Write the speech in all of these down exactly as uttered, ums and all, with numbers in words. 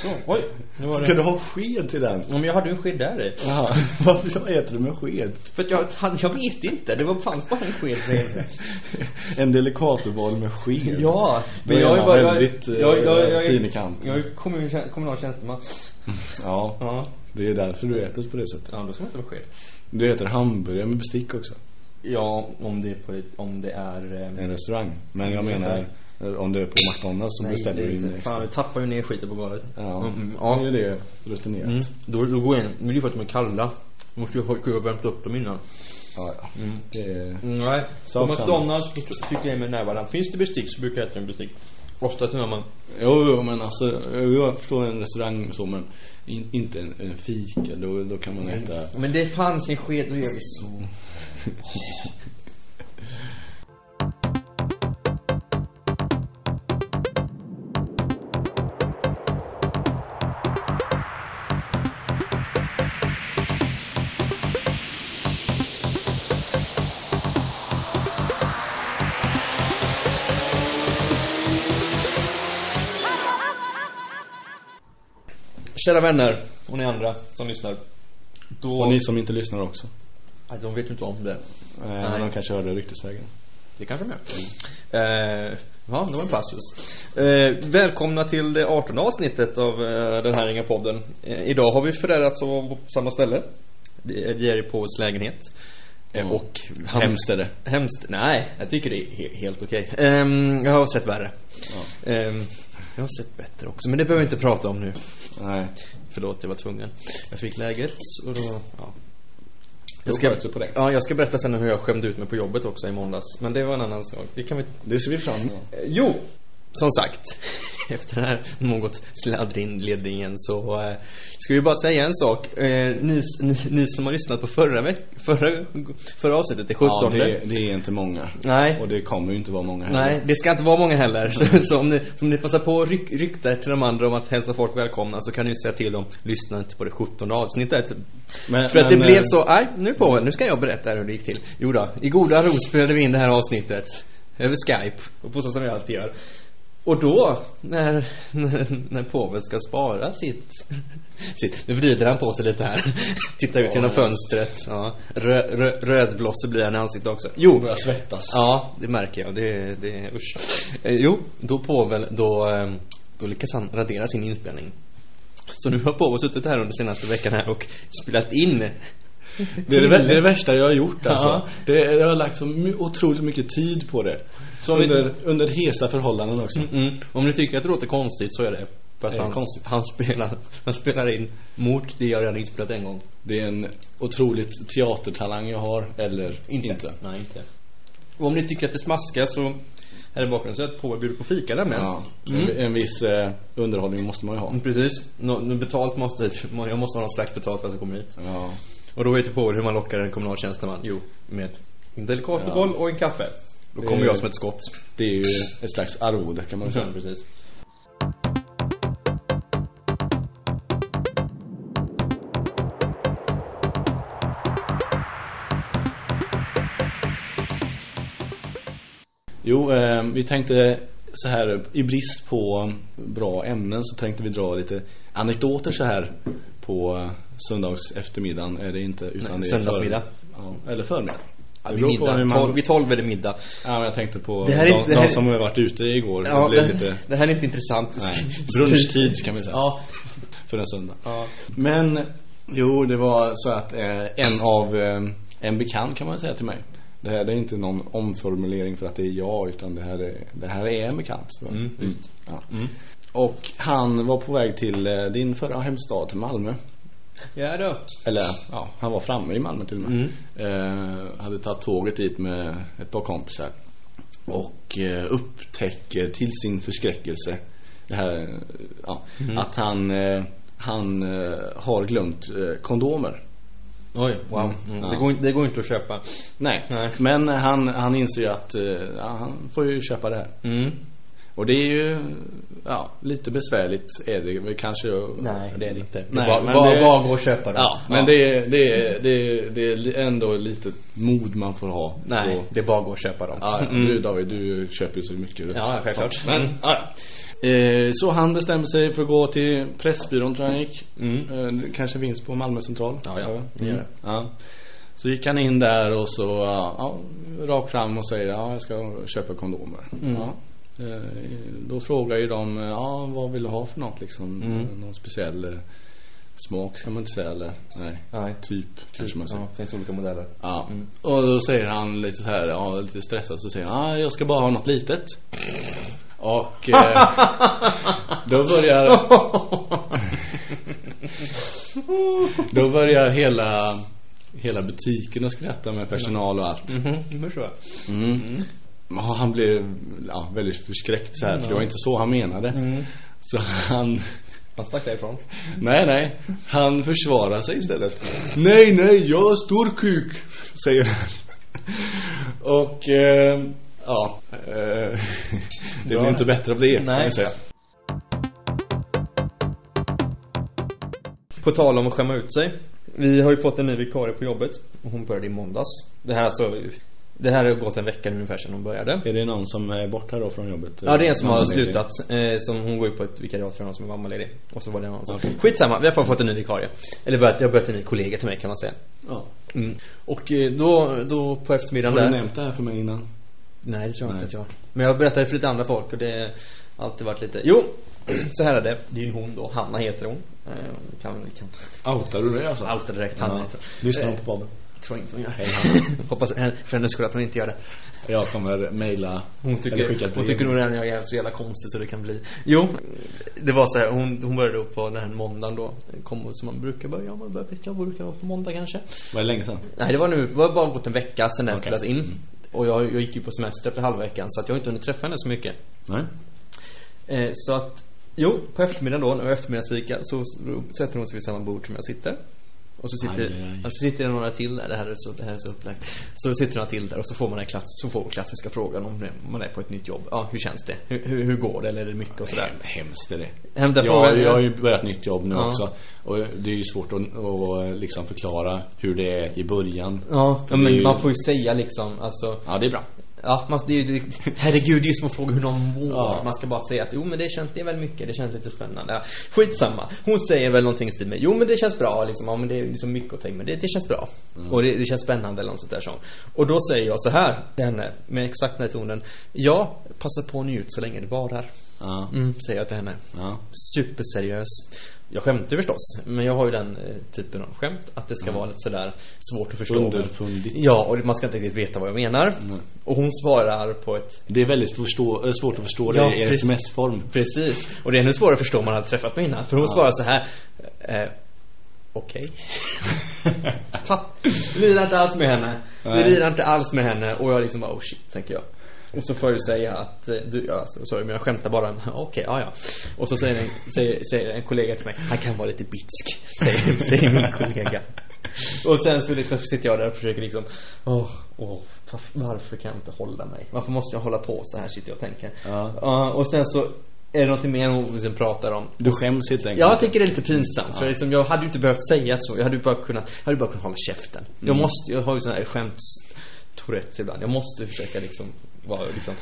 Så, oj. Nu var det... Ska du ha sked till den? Om jag hade en sked där i. Jaha, varför äter du med sked? För att jag, jag vet inte, det var fanns bara en sked. En delikatoboll med sked. Ja, men jag är bara väldigt jag, jag, jag, jag, fin i kant. Jag är kommun, kommunal tjänsteman. Ja, ja, det är därför du äter på det sättet. Ja, då ska man inte med sked. Du äter hamburgare med bestick också. Ja, om det är på ett, om det är eh, en restaurang. Men jag menar om du är på McDonalds som beställer du in extra. Fan, vi tappar ju ner skiten på golvet. Ja, mm, ja. Det är det rutinerat. Mm. Då, då går jag in, men det är för att de är kalla. Du måste ju ha värmt upp dem innan. Ja, ja. Mm. Det är... Nej, på McDonalds tycker jag med närvaran. Finns det bestick så brukar jag äta en bestick. Ofta när man... Jo, jo, men alltså jag förstår en restaurang så, men in, inte en, en fika, då, då kan man äta... Mm. Men det fanns en sked, då gör vi så. Kära vänner och ni andra som lyssnar då... Och ni som inte lyssnar också. Nej, de vet ju inte om det. eh, Nej. De kanske hörde ryktesvägen. Det kanske med. mm. eh, Ja, det var en passus. eh, Välkomna till det artonde avsnittet av eh, den här Inga-podden. eh, Idag har vi förärats på samma ställe. Det är Jerry Pauls lägenhet. Mm. Och han, hemskt är det. Hemskt, nej, jag tycker det är he- helt okej. okay. um, Jag har sett värre. ja. um, Jag har sett bättre också, men det behöver vi inte prata om nu. Nej. Förlåt, jag var tvungen. Jag fick läget och då, ja. Jag ska, på det. Ja, jag ska berätta sen hur jag skämde ut mig på jobbet också i måndags. Men det var en annan sak. Det kan vi... Det ser vi fram emot. Jo, som sagt, efter den här något sladdrinledningen så eh, ska vi bara säga en sak. eh, ni, ni, ni som har lyssnat på förra veck, förra, förra avsnittet, det sjuttonde. Ja, det, det är inte många. Nej. Och det kommer ju inte vara många heller. Nej, det ska inte vara många heller. så, så om, ni, om ni passar på att ryk, rykta till de andra om att hälsa folk välkomna, så kan ni säga till dem, lyssna inte på det sjuttonde avsnittet. Men, För att men, det blev så, nej, nu på, nu ska jag berätta hur det gick till. Jo då, i goda ro spelade vi in det här avsnittet över Skype, och på så som vi alltid gör. Och då, när, när, när påven ska spara sitt, sitt... Nu vrider han på sig lite här. Tittar ut genom fönstret. Ja, rö, rö, rödblosse blir han i ansiktet också. Jo, börjar svettas. Ja, det märker jag. Det, det, usch. Eh, jo, då påven, då, då lyckas han radera sin inspelning. Så nu har påven suttit här under senaste veckan här och spelat in. Det är det, det, är det värsta jag har gjort alltså. Ja. det, Jag har lagt så otroligt mycket tid på det. Så under, vi... under hesa förhållanden också. Mm-mm. Om ni tycker att det låter konstigt så är det. För att det är han, konstigt. Han, spelar, han spelar in mot det jag redan inspelat en gång. Det är en otroligt teatertalang jag har. Eller inte, inte. Nej, inte. Och om ni tycker att det smaskar så är det bakgrunden så att på bjuder på fika där med. Ja, mm. en, en viss eh, underhållning måste man ju ha. Mm, precis, Nå, betalt måste jag måste ha någon slags betalt för att jag kommer hit. Ja. Och då vet jag på hur man lockar en kommunaltjänsteman. Jo, med en delikatoboll ja. och en kaffe. Då kommer är, jag som ett skott. Det är ju ett slags arvode kan man säga. Ja, precis. Jo, eh, vi tänkte så här, i brist på bra ämnen så tänkte vi dra lite anekdoter så här på söndags eftermiddagen. Är det inte, utan Nej, det är söndagsmiddag. För, ja, eller förmiddag. Ja, vid middag. Man... tolv, vid tolv är det middag. Ja, men jag tänkte på det här är de, inte, det här... de som har varit ute igår. Ja, det, det, lite... det här är inte intressant. Nej, brunschtid kan vi säga. Ja. För en söndag. Ja. Men, jo, det var så att eh, en av eh, en bekant kan man säga till mig. Det här det är inte någon omformulering för att det är jag, utan det här är, det här är en bekant. Mm, mm. Ja. Mm. Och han var på väg till eh, din förra hemstad, till Malmö. Ja då. Eller ja, han var framme i Malmö till och med. Mm. eh, Hade tagit tåget dit med ett par kompisar. Och eh, upptäcker till sin förskräckelse det här, ja, mm. att han eh, Han eh, har glömt eh, kondomer. Oj, wow. Mm. Ja. Det, går, det går inte att köpa. Nej, Nej. Men han, han inser ju att eh, ja, han får ju köpa det här. Mm. Och det är ju ja, lite besvärligt är det väl kanske. Nej, det är det inte. Det Nej, var, men var, det, var går att köpa det. Ja, men ja. Det, det, det, det är ändå lite mod man får ha. Nej, och, det är bara går att köpa dem. Ja, mm. Du David, du köper ju så mycket. Ja, självklart. Men, mm. ja. Eh, så han bestämde sig för att gå till Pressbyrån, tror jag han gick. Mm. Eh, kanske finns på Malmö central. Ja, ja, det gör det. Ja. Så gick han in där och så ja, ja, rakt fram och säger ja, jag ska köpa kondomer. Mm. Ja. Eh, då frågar ju de ja, vad vill du ha för något liksom? Mm. Någon speciell eh, smak ska man inte säga, eller nej, Nej. typ kanske man säger. Ja, det finns olika modeller. Ja. Mm. Och då säger han lite så här, ja, lite stressad, så säger han, ah, jag ska bara ha något litet. Och eh, då börjar då börjar hela hela butiken att skratta med personal och allt. Mhm, förstår jag. Mm. Mm. Ja, han blev ja, väldigt förskräckt så här, för det var inte så han menade. Mm. Så han Han stack därifrån. Nej, nej. Han försvarar sig istället. Nej, nej, jag har stor kuk, säger han. Och eh, ja eh, det blir inte bättre av det, nej, kan jag säga. På tal om att skämma ut sig. Vi har ju fått en ny vikarie på jobbet. Och hon började i måndags. Det här alltså Det här har gått en vecka ungefär sedan hon började. Är det någon som är borta då från jobbet? Ja, det är en som har slutat eh, som hon går ju på ett vikariat för någon som är mammaledig. Och så var det någon som okay. Skitsamma, vi har fått en ny vikarie. Eller börjat, jag har börjat en ny kollega till mig, kan man säga. Ja. Mm. Och eh, då, då på eftermiddagen där. Har där... du nämnt det här för mig innan? Nej, det tror jag Nej. inte att jag har. Men jag berättade för lite andra folk. Och det har alltid varit lite... Jo, så här är det. Det är ju hon då, Hanna heter hon. eh, kan, kan... Outar du det alltså? Outar direkt, Hanna ja. heter hon. Lyssnar hon på podden? Tror inte hon gör. Hoppas för hennes skull att hon inte gör det. Jag kommer mejla. Hon tycker, hon tycker nog redan jag är så jävla konstig så det kan bli. Jo, det var så här, hon, hon började upp på den här måndagen då. Kom som man brukar börja. Man börjar vecka, brukar vara på måndag kanske. Var det länge sedan? Nej, det var nu, det var bara gått en vecka sedan den okay. spelades in. Och jag, jag gick ju på semester efter halva veckan, så att jag inte hunnit träffa henne så mycket. Nej. Eh, så att, jo, på eftermiddagen då, när eftermiddagsfika, så sätter hon sig vid samma bord som jag sitter. Och så sitter, aj, aj, aj. Alltså sitter det några till där. Det här är så, det här är så upplagt. Så sitter några till där. Och så får man en klass, så får klassiska frågan om man är på ett nytt jobb. Ja, hur känns det? Hur, hur, hur går det? Eller är det mycket och sådär? Hemskt är det. Hämta ja, jag har ju börjat nytt jobb nu ja. också. Och det är ju svårt att, att liksom förklara hur det är i början. Ja, ja men ju... man får ju säga liksom alltså, ja, det är bra. Ja, man, det är ju, herregud, det är ju som att fråga hur någon mår. Ja. Man ska bara säga att jo men det känns, det är väl mycket, det känns lite spännande. Ja, skitsamma, hon säger väl någonting stil med jo men det känns bra liksom, ja men det är liksom mycket att tänka, men det, det känns bra mm. Och det, det känns spännande eller något sånt där så. Och då säger jag så här till henne med exakt den här tonen: ja, passa på att njut så länge det varar. Ja. Mm, säger jag till henne. Ja. Superseriös. Jag skämtar förstås, men jag har ju den eh, typen av skämt att det ska mm. vara lite sådär svårt att förstå. Underfundigt. Ja, och man ska inte riktigt veta vad jag menar. Mm. Och hon svarar på ett... Det är väldigt förstå, svårt att förstå det ja, i sms-form. Precis, och det är ännu svårare att förstå om man hade träffat mig innan. För hon ja. svarar så här eh, okej okay. Vi lirar inte alls med henne. Vi lirar inte alls med henne. Och jag liksom bara, oh shit, tänker jag. Och så får jag säga att du, ja, så, sorry, men jag skämtar bara. Okej, okay, ja ja. Och så säger en, säger, säger en kollega till mig, han kan vara lite bitsk, säger, säger min kollega. Och sen så liksom sitter jag där och försöker liksom åh, åh, varför kan jag inte hålla mig? Varför måste jag hålla på så här, sitter jag och tänker. Ja. Uh, och sen så är det något mer hon liksom pratar om. Du skäms helt enkelt. Jag tycker det är lite pinsamt. Ja. För liksom, jag hade ju inte behövt säga så. Jag hade ju bara kunnat, jag hade bara kunnat hålla käften. Mm. Jag måste, jag har ju sån här skäms Tourettes ibland. Jag måste försöka liksom vara liksom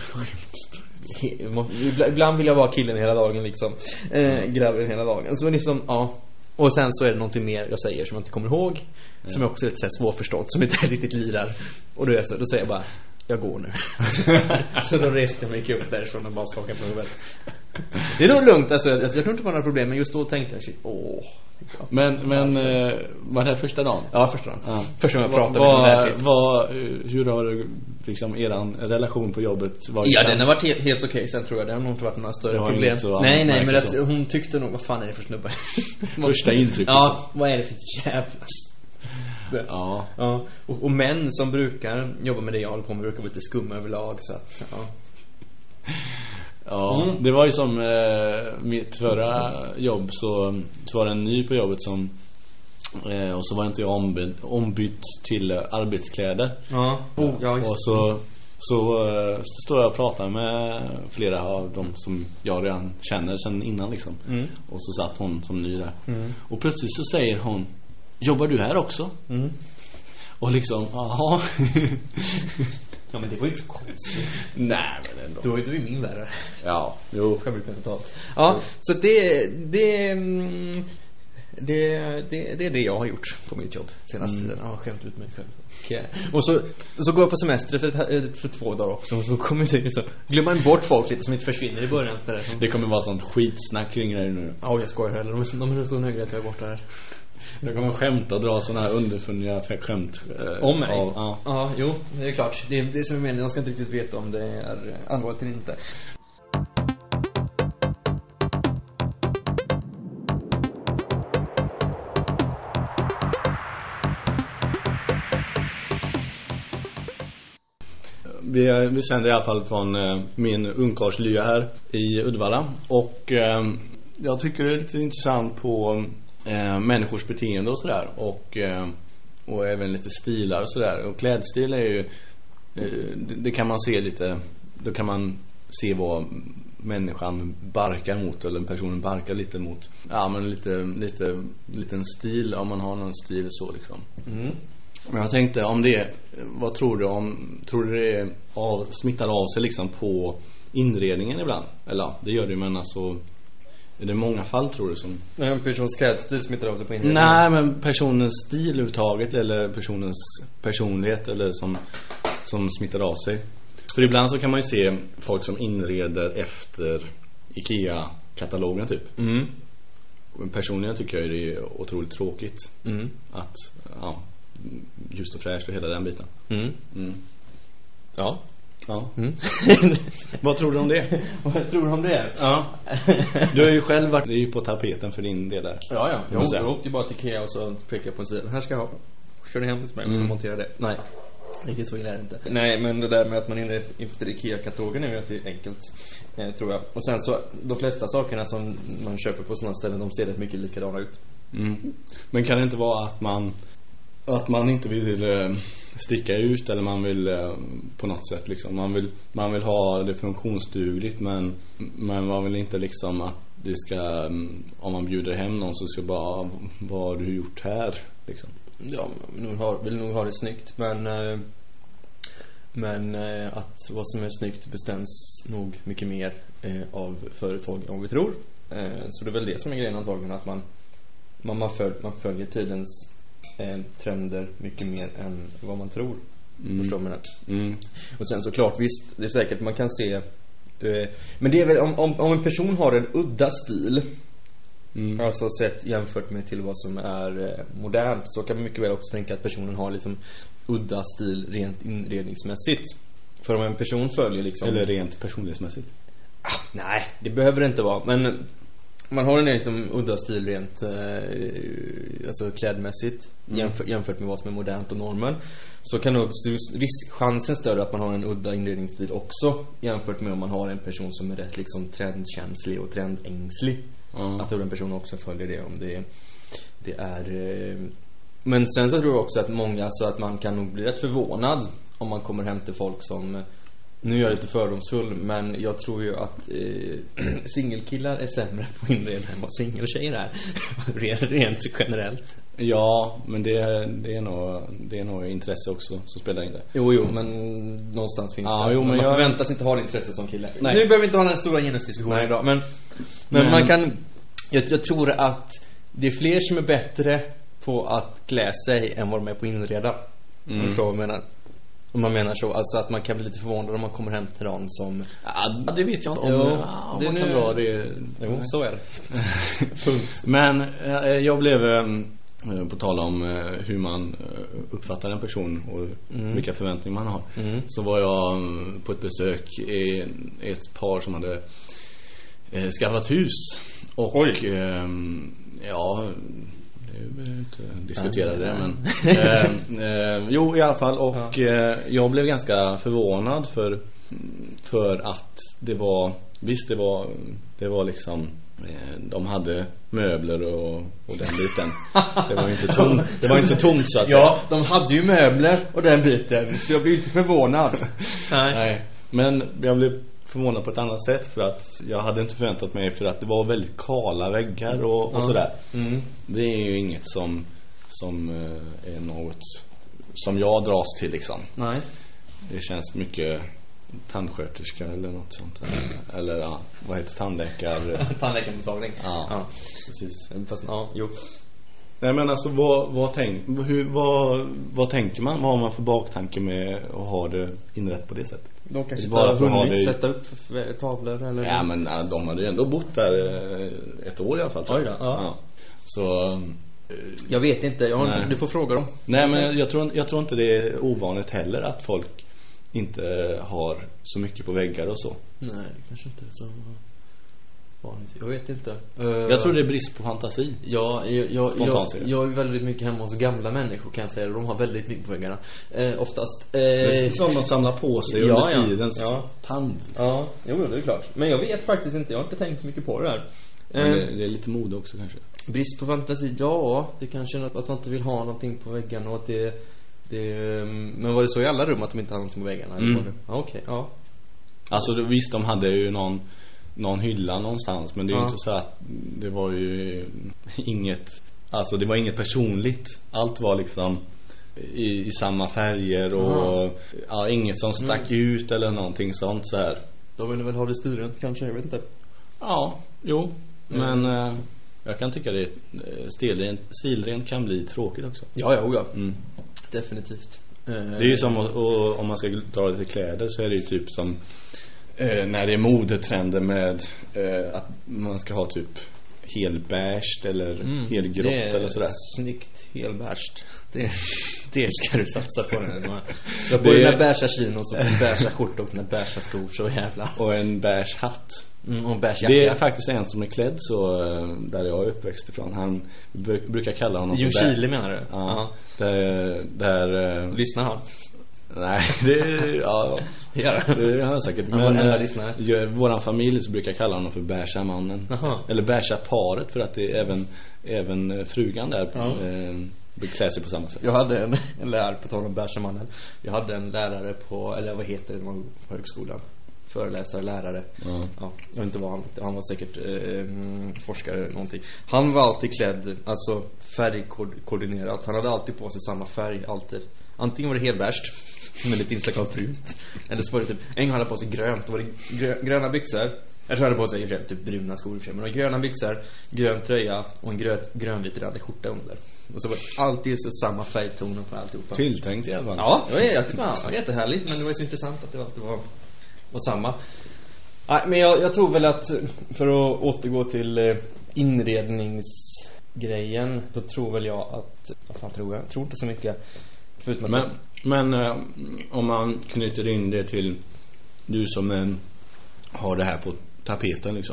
ibland vill jag vara killen hela dagen liksom eh, grabben hela dagen. Så liksom, ja. Och sen så är det någonting mer jag säger som jag inte kommer ihåg, ja. Som jag också är lite så här svårförstått, som inte riktigt lirar. Och då är jag så, då säger jag bara jag går nu. Så då reste jag mig upp därifrån och bara skakade på huvudet. Det är nog lugnt alltså, jag, jag tror inte på några problem, men just då tänkte jag shit, åh. Ja. Men, men eh, var det här första dagen? Ja, första dagen. Ja. Första gången jag pratade va, med henne. Va, hur har liksom eran relation på jobbet varit? Ja, den har varit helt, helt okej okay. Sen tror jag det har nog inte varit några större problem. Nej, nej, men att hon tyckte nog, vad fan är det för snubbe? Första intrycket. Ja, vad är det för jävlas? Ja. Ja. Och, och män som brukar jobba med det jag håller på med brukar vara lite skumma överlag, så att, ja. Ja, mm. Det var ju som eh, mitt förra jobb, så, så var det en ny på jobbet som eh, och så var inte jag ombytt, ombytt till arbetskläder. Ja. Oh, ja, och så så, så står jag och pratar med flera av dem som jag redan känner sedan innan liksom. Mm. Och så satt hon som ny där. Mm. Och plötsligt så säger hon: jobbar du här också? Mm. Och liksom, aha. Ja, men det var ju inte så konstigt. Nej, men ändå. Då är du ju min lärare. Ja, jo. Totalt. Ja, så det det, det det det är det jag har gjort på mitt jobb senaste mm. tiden. Jag har skämt ut mig själv. Okay. Och så så går jag på semester för, för två dagar också, och så kommer det så glömmer man bort folk lite som inte försvinner i början så där, som... Det kommer vara sånt skitsnack kring det nu. Ja, jag skojar heller. De är, de är så nöjda att jag är borta här. Jag kommer skämta och dra såna här underfundiga skämt eh, om mig. Av, ja. Ja, jo, det är klart. Det är det som är meningen. Jag ska inte riktigt veta om det är allvarligt eller inte. Vi, vi sänder i alla fall från eh, min ungkarlslya här i Uddevalla. Och eh, jag tycker det är lite intressant på eh, människors beteende och sådär. Och, eh, och även lite stilar och sådär. Och klädstil är ju, eh, det, det kan man se lite, då kan man se vad människan barkar mot, eller personen barkar lite mot. Ja, men lite, lite, liten stil, om man har någon stil så liksom. Mm. Men jag tänkte om det, vad tror du om, tror du det av, smittar av sig liksom på inredningen ibland? Eller ja, det gör det, men alltså, är det många fall tror du som... Nej, en persons klädstil smittar av sig på inredningen? Nej, men personens stil uttaget eller personens personlighet eller som, som smittar av sig. För ibland så kan man ju se folk som inreder efter IKEA-katalogen typ. Mm. Personligen tycker jag det är otroligt tråkigt. Mm. Att, ja, just och fräscht och hela den biten. Mm. Mm. Ja. Ja. Mm. Vad tror du om det? Vad tror du om det? Ja. Du har ju själv varit, det är ju på tapeten för din del där. Ja, ja. Jag, jag åkte ju bara till IKEA och så pekade på en sida. Här ska jag ha. Kör hem till mig och så mm. monterar det. Nej. Riktigt så illa är det inte. Nej, men det där med att man inreder efter IKEA-katalogen är ju att det är enkelt, eh, tror jag. Och sen så, de flesta sakerna som man köper på sådana ställen, de ser rätt mycket likadana ut. Mm. Men kan det inte vara att man att man inte vill eh, sticka ut, eller man vill eh, på något sätt liksom, man vill, man vill ha det funktionsdugligt, men, men man vill inte liksom att det ska, om man bjuder hem någon så ska bara, vad har du gjort här liksom. Ja, man har, vill nog ha det snyggt, men eh, men eh, att vad som är snyggt bestäms nog mycket mer eh, av företag än vad vi tror. Eh, så det är väl det som är grejen antagligen, att man man, man, följ, man följer tidens eh, trender mycket mer än vad man tror. Mm. Förstår man det? Mm. Och sen så klart, visst, det är säkert man kan se eh, men det är väl om, om, om en person har en udda stil, mm. alltså sett jämfört med till vad som är eh, modernt, så kan man mycket väl också tänka att personen har liksom udda stil rent inredningsmässigt. För om en person följer liksom, eller rent personlighetsmässigt. Ah, nej, det behöver det inte vara, men man har en liksom udda stil rent eh, alltså klädmässigt, mm. jämför, jämfört med vad som är modernt och normen, så kan nog risk, chansen större att man har en udda inredningsstil också, jämfört med om man har en person som är rätt liksom trendkänslig och trendängslig. Mm. Att den personen också följer det, om det, det är eh, men sen så tror jag också att många, så att man kan nog bli rätt förvånad om man kommer hem till folk som, nu är jag lite fördomsfull, men jag tror ju att eh, singelkillar är sämre på inreda än vad singeltjejer är. Rent generellt. Ja, men det, det, är nog, det är nog intresse också som spelar in det. Jo, jo, men någonstans finns ja, det. Jo, men man jag... förväntas inte ha det intresse som kille. Nej. Nu behöver vi inte ha den här stora genusdiskussionen idag, men, men, men man kan, jag, jag tror att det är fler som är bättre på att klä sig än vad de är på inreda. Mm. Förstår vad jag menar? Om man menar så, alltså att man kan bli lite förvånad om man kommer hem till någon som... Ja, det vet jag inte om, jo, ja, om det man kan nu... dra det. Jo, så är det. Punkt. Men eh, jag blev eh, på tal om eh, hur man eh, uppfattar en person och mm. vilka förväntningar man har. Mm. Så var jag eh, på ett besök i ett par som hade eh, skaffat hus. Och eh, ja... Jag behöver inte diskutera det, men eh, eh, jo, i alla fall. Och eh, jag blev ganska förvånad för, för att det var, visst det var, det var liksom eh, de hade möbler och, och den biten. Det var ju inte tomt, det var inte tomt så att säga. Ja, de hade ju möbler och den biten, så jag blev inte förvånad. Nej. Nej, men jag blev förvånad på ett annat sätt, för att jag hade inte förväntat mig, för att det var väldigt kala väggar och, och mm. sådär. Mm. Det är ju inget som som är något som jag dras till liksom. Nej. det känns mycket tandsköterska eller något sånt. Eller ja, vad heter tandläkare? Tandläkarmottagning. Ja, ja, precis. Fast, ja, jo. Nej, men alltså vad, vad, tänk, hur, vad, vad tänker man? Vad har man för baktanke med att ha det inrätt på det sättet? De kanske bara för att det... sätta upp tavlor eller... Ja, men de hade ju ändå bott där ett år i alla fall. Oj då, ja. Ja. Så... Jag vet inte, jag har, du får fråga dem. Nej, men jag tror, jag tror inte det är ovanligt heller att folk inte har så mycket på väggar och så. Nej, kanske inte så vanligt. Jag vet inte. Jag tror det är brist på fantasi. Ja, jag, jag, jag, jag är väldigt mycket hemma hos gamla människor, kan jag säga. De har väldigt mycket på väggarna. Eh, oftast. Eh, som de samlar på sig ja, under ja. tidens ja. tand. Ja, jo, det är klart. Men jag vet faktiskt inte, jag har inte tänkt så mycket på det här. Men det, det är lite mode också kanske. Brist på fantasi, ja. Det kanske är att man inte vill ha någonting på väggarna och att det, det... Men var det så i alla rum att de inte hade någonting på väggarna? Mm. Ja, okej, okay, ja. Alltså visst, de hade ju någon någon hylla någonstans, men det är ju ja. inte så att det var ju inget, alltså det var inget personligt. Allt var liksom i, i samma färger och ja, inget som stack mm. ut eller någonting sånt så här. Då vill ni väl ha det stilrent kanske, jag vet inte. Ja, jo. Men mm. eh, jag kan tycka det stilrent, stilrent kan bli tråkigt också. Ja, ja, ja. Mm. Definitivt. Det är ju som och, om man ska dra lite kläder så är det ju typ som eh, när det är modetrender med eh, att man ska ha typ helbärst eller mm, helgrått eller sådär. Snyggt helbärst. Det, det ska du satsa på nu. Jag bor i den bärsa chinos och en bärsa skjorta och en bärsa skor så jävla. Och en bärs hatt. Mm, och en bärs det är faktiskt en som är klädd så där jag är uppväxt ifrån. Han brukar kalla honom Jo Chile menar du? Ja. Där, där lyssnar han? Nej, det ja, det gör det har jag säkert. Men äh, våran familj så brukar kalla honom för bärsa mannen. Aha. Eller bärsa paret för att det är även även frugan där ja. eh, klär sig på samma sätt. Jag hade en, en lärare på tal om bärsa mannen. Jag hade en lärare på, eller vad heter det på högskolan? Föreläsare, lärare. Ja. Ja, jag vet inte vad han, han var säkert eh, forskare eller någonting. Han var alltid klädd, alltså färgkoordinerat. Han hade alltid på sig samma färg, alltid. Antingen var det helbärst med lite inslag av brunt, eller så var det typ, en gång hade på sig grönt. Då var det grö, gröna byxor. Jag tror han hade på sig typ bruna skor. Men det var gröna byxor, grön tröja och en grön, grönvit randig skjorta under. Och så var det alltid så samma färgtoner på alltihopa. Tilltänkt i alla fall. Ja, det var, jag tyckte det var jättehärligt. Men det var så intressant att det alltid var och samma. Nej, men jag, jag tror väl att för att återgå till inredningsgrejen, då tror väl jag att vad fan tror jag? Jag tror inte så mycket förutom men, men äh, om man knyter in det till du som äh, har det här på tapeten liksom.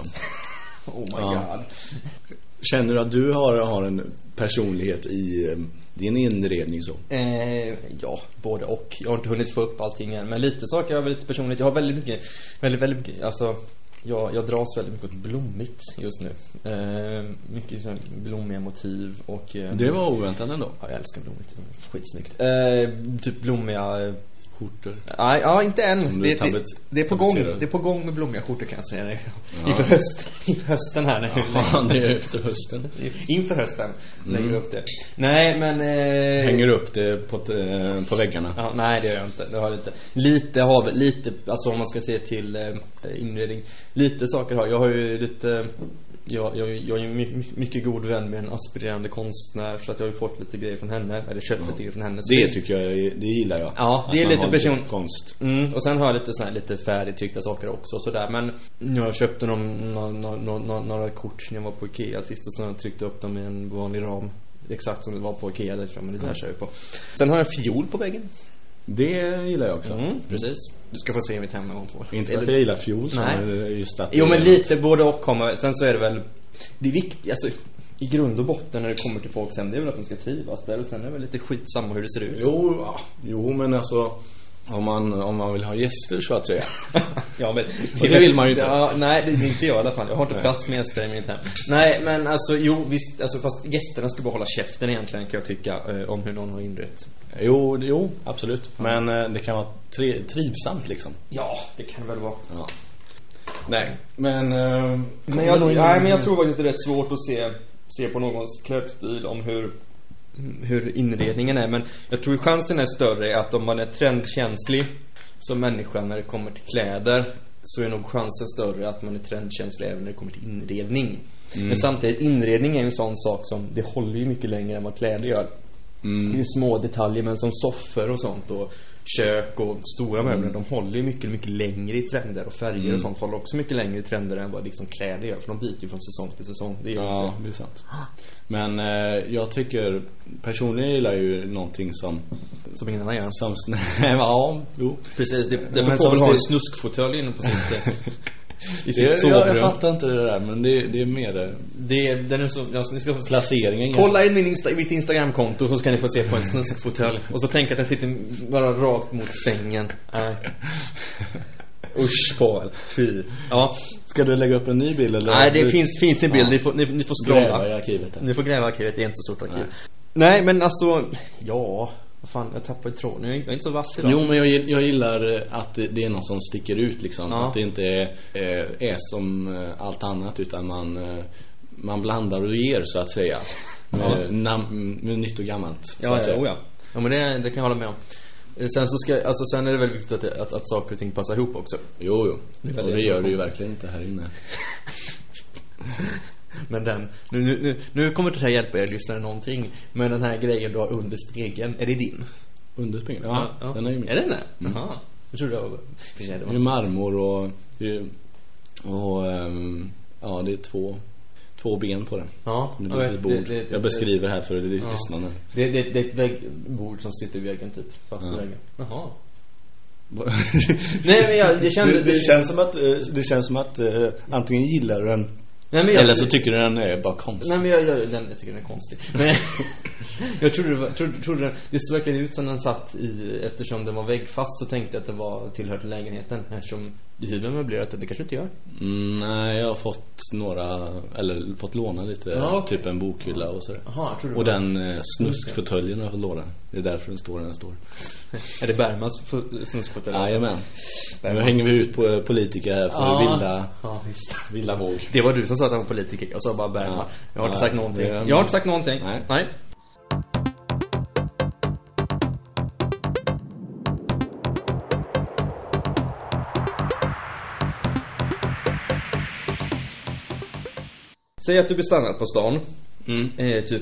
Oh my ja. God. Känner du att du har, har en personlighet i äh, din inredning så? Eh, ja, både och. Jag har inte hunnit få upp allting än, men lite saker har jag väldigt personligt. Jag har väldigt mycket, väldigt, väldigt mycket, alltså jag, jag dras väldigt mycket åt blommigt just nu. Eh, mycket så blommiga motiv och eh, det var oväntat ändå. Ja, jag älskar blommigt. Skitsnyggt. Eh, typ blommiga skjortor. Nej, ja, inte än. Det, tablet, det, det är på gång. Det är på gång med blommiga skjortor kan jag säga nu. Ja. Inför höst, inför hösten här nu. Ja, det är efter hösten. Inför hösten lägger mm. upp det. Nej, men eh... hänger upp det på eh, på väggarna. Ja, nej, det gör jag inte. Det har lite lite har lite alltså om man ska se till eh, inredning. Lite saker har jag har ju lite Jag, jag, jag är mycket, mycket god vän med en aspirerande konstnär, så att jag har ju fått lite grejer från henne, eller köpt lite grejer från henne. Det tycker jag, det gillar jag. Ja, det är lite person konst. Mm, och sen har jag lite så här, lite färdigtryckta saker också så där, men jag köpte någon, någon, någon, någon, några kort när jag var på Ikea sist och så tryckte upp dem i en vanlig ram exakt som det var på Ikea där framme, det där mm. kör jag på. Sen har jag en fiol på väggen. Det gillar jag också. Mm, precis. Du ska få se mitt hem när hon får. Inte att jag gillar fiol, nej. Just att jo, men lite både och kommer. Sen så är det väl det är viktigt, alltså i grund och botten när det kommer till folks hem, det är väl att de ska trivas där, och sen är det väl lite skitsamma hur det ser ut. Jo, ja. jo men alltså om man, om man vill ha gäster så att säga. Ja, men det, det vill man ju inte. Ja, nej, det är inte jag i alla fall. Jag har inte nej. plats med gäster i mitt hem. Nej, men alltså, jo, visst, alltså, fast gästerna ska bara hålla käften egentligen, kan jag tycka, eh, om hur någon har inrett. Jo, jo, absolut. Men eh, det kan vara tri- trivsamt liksom. Ja, det kan väl vara. Ja. Nej, men eh, men, jag, nej, men jag tror faktiskt att det är rätt svårt att se, se på någons klädstil om hur hur inredningen är, men jag tror chansen är större att om man är trendkänslig som människa när det kommer till kläder, så är nog chansen större att man är trendkänslig även när det kommer till inredning. Mm. Men samtidigt, inredning är en sån sak som det håller ju mycket längre än vad kläder gör. Mm. Det är små detaljer, men som soffor och sånt och kök och stora möbler, mm. de håller ju mycket, mycket längre i trender. Och färger mm. och sånt håller också mycket längre i trender än vad liksom kläder gör. För de byter ju från säsong till säsong. Det är ja, inte... det är sant. Men eh, jag tycker, personligen gillar ju någonting som Som ingen annan gör. Som, ja, jo. Precis, det, det får väl ha en snuskfåtölj inne på sitt i sitt sovrum. Jag, jag fattar inte det där, men det, det är mer det. Det, den är så, jag, ni ska få placeringen. Kolla in min Insta, mitt Instagramkonto, så ska ni få se på en snuskfåtölj. Och så tänker att den sitter bara rakt mot sängen. Nej. Usch på. Fy. Ja. Ska du lägga upp en ny bild eller? Nej, det du... finns finns en bild. Ja. Ni får ni, ni får scrolla gräva i arkivet. Ni får gräva i arkivet, det är inte så stort arkiv. Nej, Nej men alltså ja. Fan, jag tappade tråden. Jag är inte så vass idag. Jo, men jag, jag gillar att det är någon som sticker ut liksom. Ja. Att det inte är, är som allt annat, utan man, man blandar och ger, så att säga. Med, ja. nam, med nytt och gammalt, så ja, att säga. Ja, ja. Ja, men det, det kan jag hålla med om. Sen så ska, alltså sen är det väldigt viktigt att, att, att saker och ting passar ihop också. Jo, jo. Det, och det gör det ju verkligen inte här inne. Men den, nu, nu, nu kommer det här hjälpa er lyssnare någonting. Men den här grejen du har under spegeln, är det din? Under spegeln? Ja, ja, den är ju min. Är den där? Mm. Jaha. Jag tror det var, det var marmor och och um, ja, det är två två ben på den. Ja, det vet, det, det, det, jag beskriver här för det ja. lyssnarna. Det, det, det är ett väggbord som sitter i väggen typ, fast ja. i väggen. Jaha. Nej, men jag, det, känns, det, det, det känns som att det känns som att uh, antingen gillar du den. Nej, men jag, eller så tycker du den är bara konstig. Nej, men jag, jag, den, jag tycker den är konstig. Men jag trodde det var, trodde, trodde den, det såg verkligen ut som den satt i, eftersom den var väggfast, så tänkte jag att det var tillhörde lägenheten. Eftersom hyven möblerat, det kanske inte gör. Mm, nej, jag har fått några, eller fått låna lite, ja, okay. Typ en bokhylla och sådär. Aha, jag och den eh, snuskfåtöljen har jag fått låna. Det är därför den står där den står. Är det Bergmans snuskfåtölj? Jajamän. Nu hänger vi ut på politiker här för ja. vilda, ja, visst. vilda våg. Det var du som sa att han var politiker. Jag sa bara Bergman. Ja. Jag har inte sagt någonting. Jag har inte sagt någonting. Nej. Nej. Säg att du blir stannad på stan. Mm. Eh, typ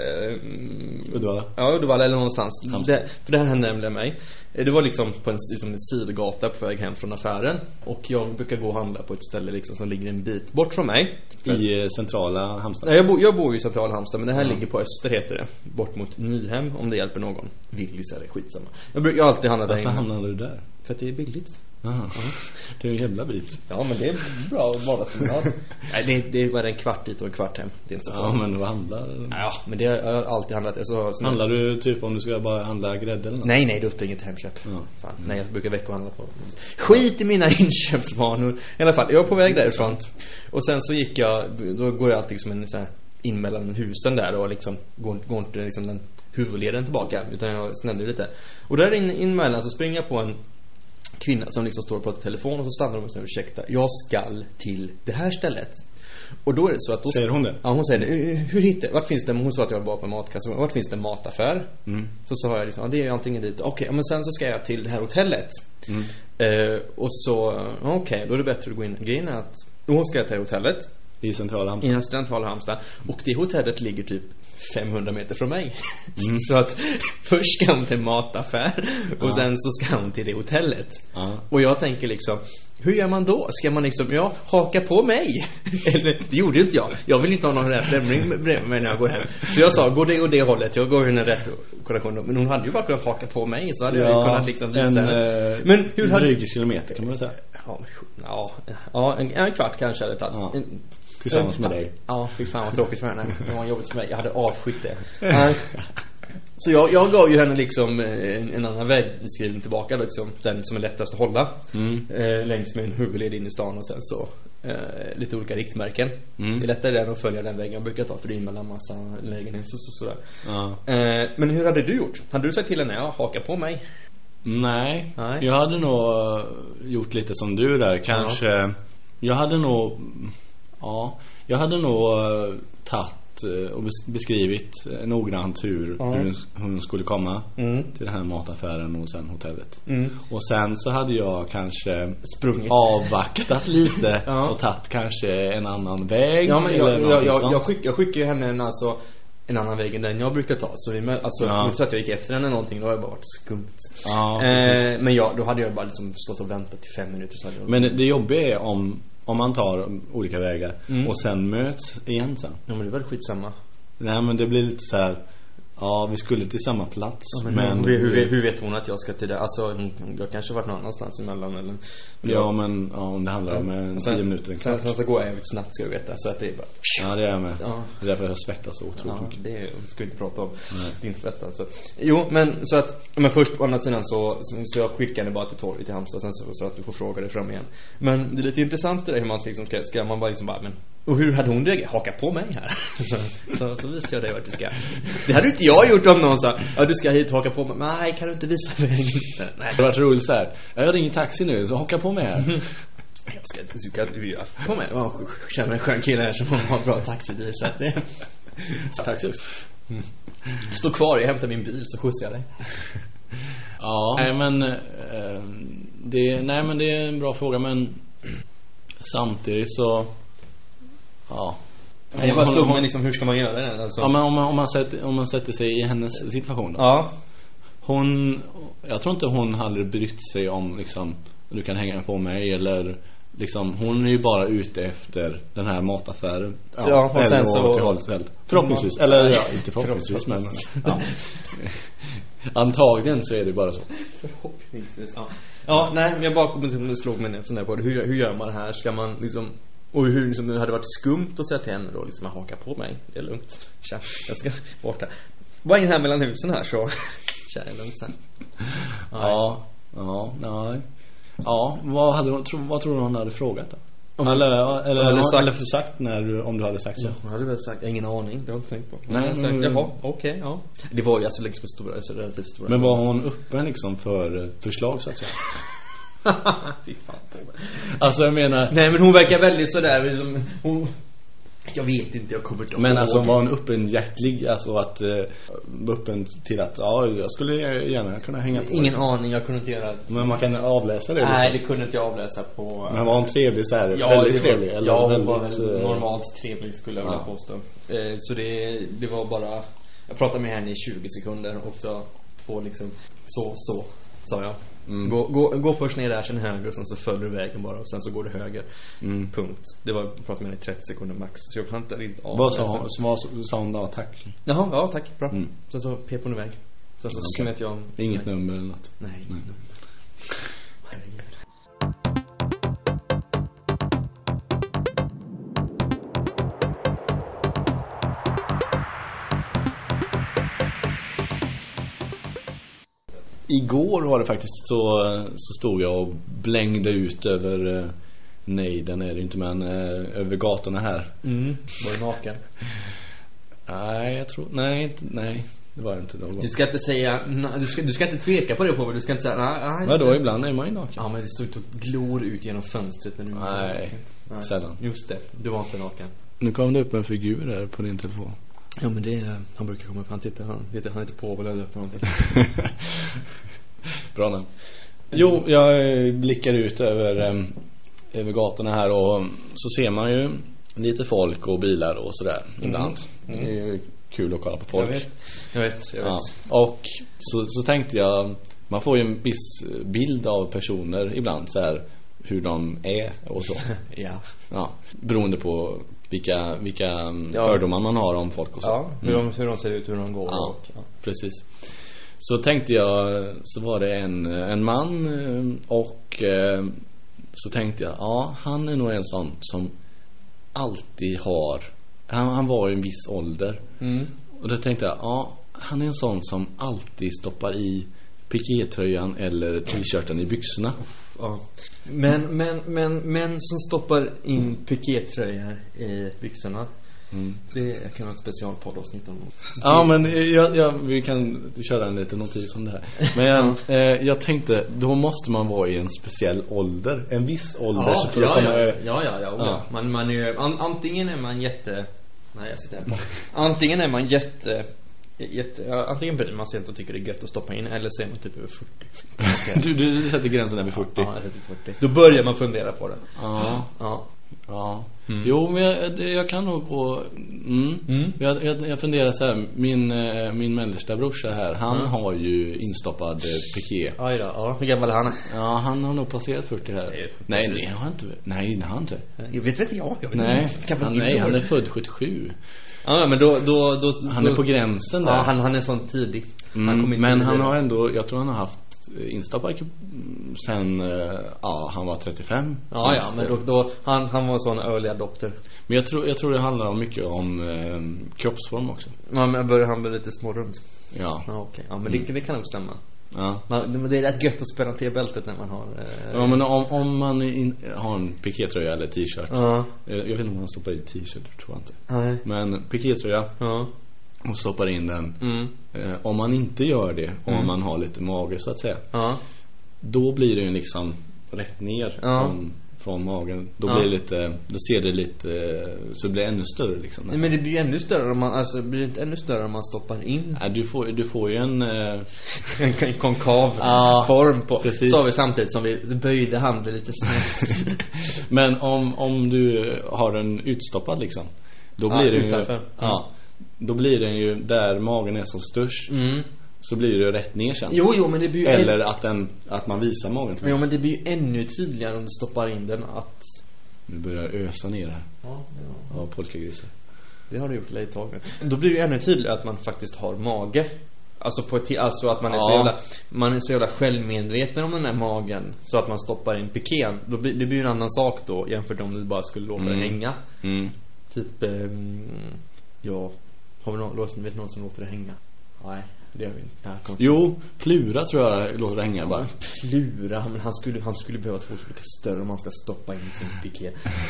eh, Uddevalla. Ja, Uddevalla eller någonstans. Det, för det här hände nämligen mig. Det var liksom på en, liksom en sidogata på väg hem från affären. Och jag brukar gå och handla på ett ställe liksom som ligger en bit bort från mig. I centrala Halmstad? Ja, jag, bo, jag bor ju i centrala Halmstad, men det här mm. ligger på öster, heter det. Bort mot Nyhem, om det hjälper någon. Villis är det, skitsamma. Jag brukar alltid handla där inne. Varför hamnar du där? För att det är billigt. Aha. Det är en jävla bit. Ja, men det är bra vardagsmat. Nej, det, det är bara en kvart dit och en kvart hem. Det är inte så farligt. Ja, men vad handlar du? Ja, men det har jag alltid handlat. Alltså, handlar du typ om du ska bara handla grädde eller något? Nej, nej, det upptar inget hemköp. Ja. Fan. Mm. Nej, jag brukar veckohandla på. Skit i mina inköpsvanor. I alla fall, jag var på väg därifrån. Och sen så gick jag, då går jag alltid som en så här in mellan husen där och liksom går, går inte liksom den huvudleden tillbaka, utan jag snäller lite. Och där in, in mellan så springer jag på en kvinna som liksom står på telefon, och så stannar de och säger ursäkta, jag skall till det här stället. Och då är det så att då, säger hon det? Ja, hon säger det. Hur hittar, vart finns det? Hon sa att jag var bara på en matkassa. Vart finns det en mataffär? Mm. Så sa jag liksom, ja, det är antingen dit. Okej, okay, men sen så ska jag till det här hotellet. Mm. Eh, och så okej, okay, då är det bättre att gå in. Grejen är att hon ska till det här hotellet i centrala Halmstad. I centrala Halmstad. Och det hotellet ligger typ femhundra meter från mig. Mm. Så att först ska hon till mataffär och ja. sen så ska hon till det hotellet. Ja. Och jag tänker liksom, hur gör man då? Ska man liksom, ja, haka på mig? Eller, det gjorde inte jag. Jag vill inte ha någon rätt lämning bredvid mig när jag går hem. Så jag sa, gå det och det hållet. Jag går in en rätt kollektion. Men hon hade ju bara kunnat haka på mig. Så hade ja, jag kunnat liksom visa en, henne. Men hur hade... dryg kilometer kan man säga. Ja, ja, ja en, en kvart kanske hade tagit. Ja. En, Tillsammans med dig. Ja, fy fan vad tråkigt för henne. Det var jobbigt för mig. Jag hade avskytt det. Så jag, jag gav ju henne liksom en, en annan vägbeskrivning tillbaka liksom, den som är lättast att hålla. Mm. eh, Längs med en huvudled in i stan. Och sen så eh, lite olika riktmärken. Mm. Det är lättare där att följa den vägen jag brukar ta, för det är mellan massa lägenheter så, så, sådär. Ja. eh, Men hur hade du gjort? Hade du sagt till henne, ja, haka på mig? Nej, Nej. Jag hade nog gjort lite som du där. Kanske, ja. Jag hade nog Ja, jag hade nog tagit sagt och beskrivit noggrant hur, mm. hur hon skulle komma mm. till den här mataffären och sen hotellet. Mm. Och sen så hade jag kanske sprungit, avvaktat lite ja. och tagit kanske en annan väg. Ja, men jag, jag, jag, jag, jag, skick, jag skickade ju henne en, alltså, en annan väg än den jag brukar ta. Så vi, alltså, ja. så att jag gick efter henne någonting, då har jag bara varit skumt. Ja, eh, men jag, då hade jag bara liksom stått och väntat i fem minuter. Så jag... Men det jobbiga är om Om man tar olika vägar mm. och sen möts igen sen. Ja, men det är väl skitsamma. Nej, men det blir lite så här. Ja, vi skulle till samma plats. Ja, men men hur, hur, hur vet hon att jag ska till det? Alltså, jag kanske varit någon annanstans emellan eller... Ja, men ja, om det handlar om en tio minuter en kvart. Sen så går jag jävligt snabbt, ska du veta. Så att det är bara... Ja, det är jag med. Ja. Det är därför jag svettas så otroligt ja, det är, ska vi inte prata om. Nej. Din svett alltså. Jo, men så att... Men först, å andra sidan så, så jag skickade bara till torget till Halmstad. Sen så, så att du får fråga dig fram igen. Men det är lite intressant det där hur man liksom ska... Ska man bara liksom bara... Men, och hur hade hon reagerat? Haka på mig här. så, så, så visar jag dig vart du ska. Det hade inte jag gjort om någon sa, ja, du ska hit, haka på mig. Nej, kan du inte visa vägen istället? Nej. Det var roligt så här. Jag ringer taxi nu, så haka på mig här. Jag ska inte suka på mig. Jag känner en skön kille här som har bra taxibil. Så att det... Så taxi också. Mm. Stå kvar, jag hämtar min bil så skjutsar jag dig. Ja, nej men äh, det, nej men det är en bra fråga. Men samtidigt så... Ja. Nej, jag bara slog mig liksom, hur ska man göra det? Alltså. Ja, men om man, om, man sätter, om man sätter sig i hennes situation då. Ja. Hon, jag tror inte hon hade brytt sig om liksom, du kan hänga på mig eller liksom, hon är ju bara ute efter den här mataffären. Ja, ja och sen så till hållet, förhoppningsvis, eller ja, inte förhoppningsvis men ja. Antagligen så är det bara så. Förhoppningsvis, ja. Ja, nej, jag bara kommer att slå mig efter på det. Hur, hur gör man det här? Ska man liksom... Och hur liksom, det hade varit skumt att säga till henne då liksom, haka på mig, det är lugnt. Tja, jag ska borta. Bara in här mellan husen här så. Tja, det är lugnt sen. Ja, ja, nej. Ja, vad, hade hon, tro, vad tror du hon hade frågat då? Om, eller eller, eller, sagt, eller för sagt när du, om du hade sagt så. Ja, jag hade väl sagt, jag har ingen aning, det har jag inte tänkt på. Nej, jag sagt, jaha, okej, okay, ja. Det var ju alltså liksom stora, alltså relativt stora. Men var hon öppen liksom för förslag så att säga? Fy fan på mig. Alltså jag menar... Nej, men hon verkar väldigt sådär liksom, hon... Jag vet inte, jag kommer inte. Men alltså var hon öppenhjärtlig, alltså att uh, öppen till att ja, jag skulle gärna kunna hänga på. Ingen aning, jag kunde inte göra det. Men man kan avläsa det. Nej, lite. Det kunde inte jag avläsa på. Men var hon trevlig så här, ja, väldigt var, trevlig eller ja, väldigt var väldigt normalt trevlig skulle jag vilja ja. påstå. Eh, så det det var bara jag pratade med henne i tjugo sekunder och så två liksom så så sa jag. Mm. Gå, gå, gå först ner där sen höger och sen så följer du vägen bara och sen så går du höger. Mm. Punkt. Det var jag pratade med henne i trettio sekunder max. Så jag kan inte riktigt av. Vad sa hon? Så vad sa hon då? Tack. Jaha, ja tack. Bra. Mm. Sen så pep hon iväg. Sen så okay. smet jag. Inget nej. nummer eller något. Nej, inget nej. nummer. Herregud. Igår var det faktiskt så, så stod jag och blängde ut över eh, nej, den är det inte, men eh, över gatorna här. Mm. Var du naken? Nej, jag tror nej, inte, nej, det var inte då. Du ska inte säga du ska, du ska inte tveka på det på mig. Du ska inte säga nej, nej. Vad då, ibland är man ju naken. Ja, men det stod inte och glor ut genom fönstret när du nej, nej, sällan. Just det, du var inte naken. Nu kom det upp en figur där på din telefon. Ja, men det är, han brukar komma upp, han tittar, han vet han heter Povel eller någonting. Bra namn. Jo, jag blickar ut över um, över gatorna här och så ser man ju lite folk och bilar och sådär mm. ibland. Mm. Det är ju kul att kolla på folk. Jag vet, jag vet, jag vet. Ja. Och så, så tänkte jag, man får ju en viss bild av personer ibland så här, hur de är och så. Ja. Ja, beroende på vilka, vilka ja. fördomar man har om folk och så. Ja, hur de, hur de ser ut, hur de går. Ja, och, ja. precis. Så tänkte jag, så var det en, en man och så tänkte jag, ja, han är nog en sån som alltid har, han, han var i en viss ålder. Mm. Och då tänkte jag, ja, han är en sån som alltid stoppar i pikétröjan eller t-shirten i byxorna. Ja. Men, men, men, men som stoppar in pikétröjor i byxorna. Mm. Det kan vara ett specialpoddavsnitt om. Ja, men jag, jag, vi kan köra en liten notis om det här. Men jag, eh, jag tänkte, då måste man vara i en speciell ålder, en viss ålder. Ja, så för ja, att komma, ja, ja, ja, ja, ja. Man, man är, an, antingen är man jätte Nej, jag sitter här på. Antingen är man jätte... Jätte, ja, antingen bryr man sig inte och tycker det är gött att stoppa in, eller så är man typ över fyrtio. du, du sätter gränsen där vid fyrtio. Ja, jag sätter fyrtio. Då börjar man fundera på det. Ja. Ja. Ja. Mm. Jo, men jag, jag kan nog gå mm. Mm. Jag, jag, jag funderar så här. Min, min mellersta brorsa här, han mm. har ju instoppad piké. Aj då, ja, hur gammal är han? Ja, han har nog passerat fyrtio här. Nej, nej, nej, han har inte. Nej, det har han inte. Jag vet inte jag. jag vet nej, inte. Han, nej, han är född sjuttiosju. Ja, men då, då, då han då, är på gränsen där. Ja, han, han är sån tidig. Mm, han men han tidigare. Har ändå, jag tror han har haft instappad sen ja, han var trettiofem. Ja, ja, men då, då han, han var en sån early adopter. Men jag tror, jag tror det handlar om mycket om eh, kroppsform också. Ja, men börjar han bli lite smårunt. Ja. Ja, okej. Okay. Ja, men det, det kan nog stämma. Ja. Man, det är rätt gött att spänna till bältet när man har eh... Ja, men om, om man in, har en pikétröja eller t-shirt. Ja. Jag vet inte om man stoppar i t-shirt, tror jag inte. Nej. Men pikétröja. Ja. Och stoppar in den. Mm. eh, Om man inte gör det, om mm. man har lite mage så att säga, ja. då blir det ju liksom rätt ner ja. från, från magen. Då ja. blir det lite, då ser det lite, så det blir ännu större liksom, nästan. Men det blir ju ännu större om man, alltså blir det inte ännu större om man stoppar in. Nej, du får, du får ju en eh... en konkav ja, form på. Precis. Så har vi samtidigt som vi böjde handen lite snett. Men om, om du har en utstoppad liksom, då blir ja, det ju, mm. ja, då blir den ju där magen är som störst. Mm. Så blir det rätt ner sen. Jo, jo, men det blir ju eller en... att, den, att man visar magen. Jo, men det blir ju ännu tydligare om du stoppar in den att... Nu börjar ösa ner här. Ja, ja. Av polkagrisar. Det har du gjort lite tag. Då blir det ju ännu tydligare att man faktiskt har mage. Alltså, på ett, alltså att man är, ja. så jävla, man är så jävla självmedveten om den här magen, så att man stoppar in pikén. Då blir, det blir ju en annan sak då, jämfört om du bara skulle låta mm. det hänga. Mm. Typ, um, ja, har vi någon, vet någon som låter det hänga? Nej, det gör vi inte. Ja, jo, Plura tror jag låter det hänga bara. Plura, men han skulle, han skulle behöva två olika större om man ska stoppa in sin piké.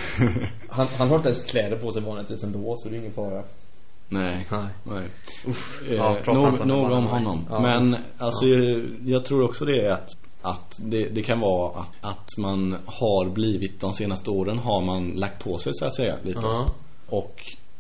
han, han har inte ens kläder på sig vanligtvis ändå, så det är ingen fara. Nej, nej. nej. Uff, eh, ja, nog nog om honom. Ja, men uff. alltså, ja. jag, jag tror också det är att Att det, det kan vara att, att man har blivit, de senaste åren har man lagt på sig så att säga lite. Ja. Och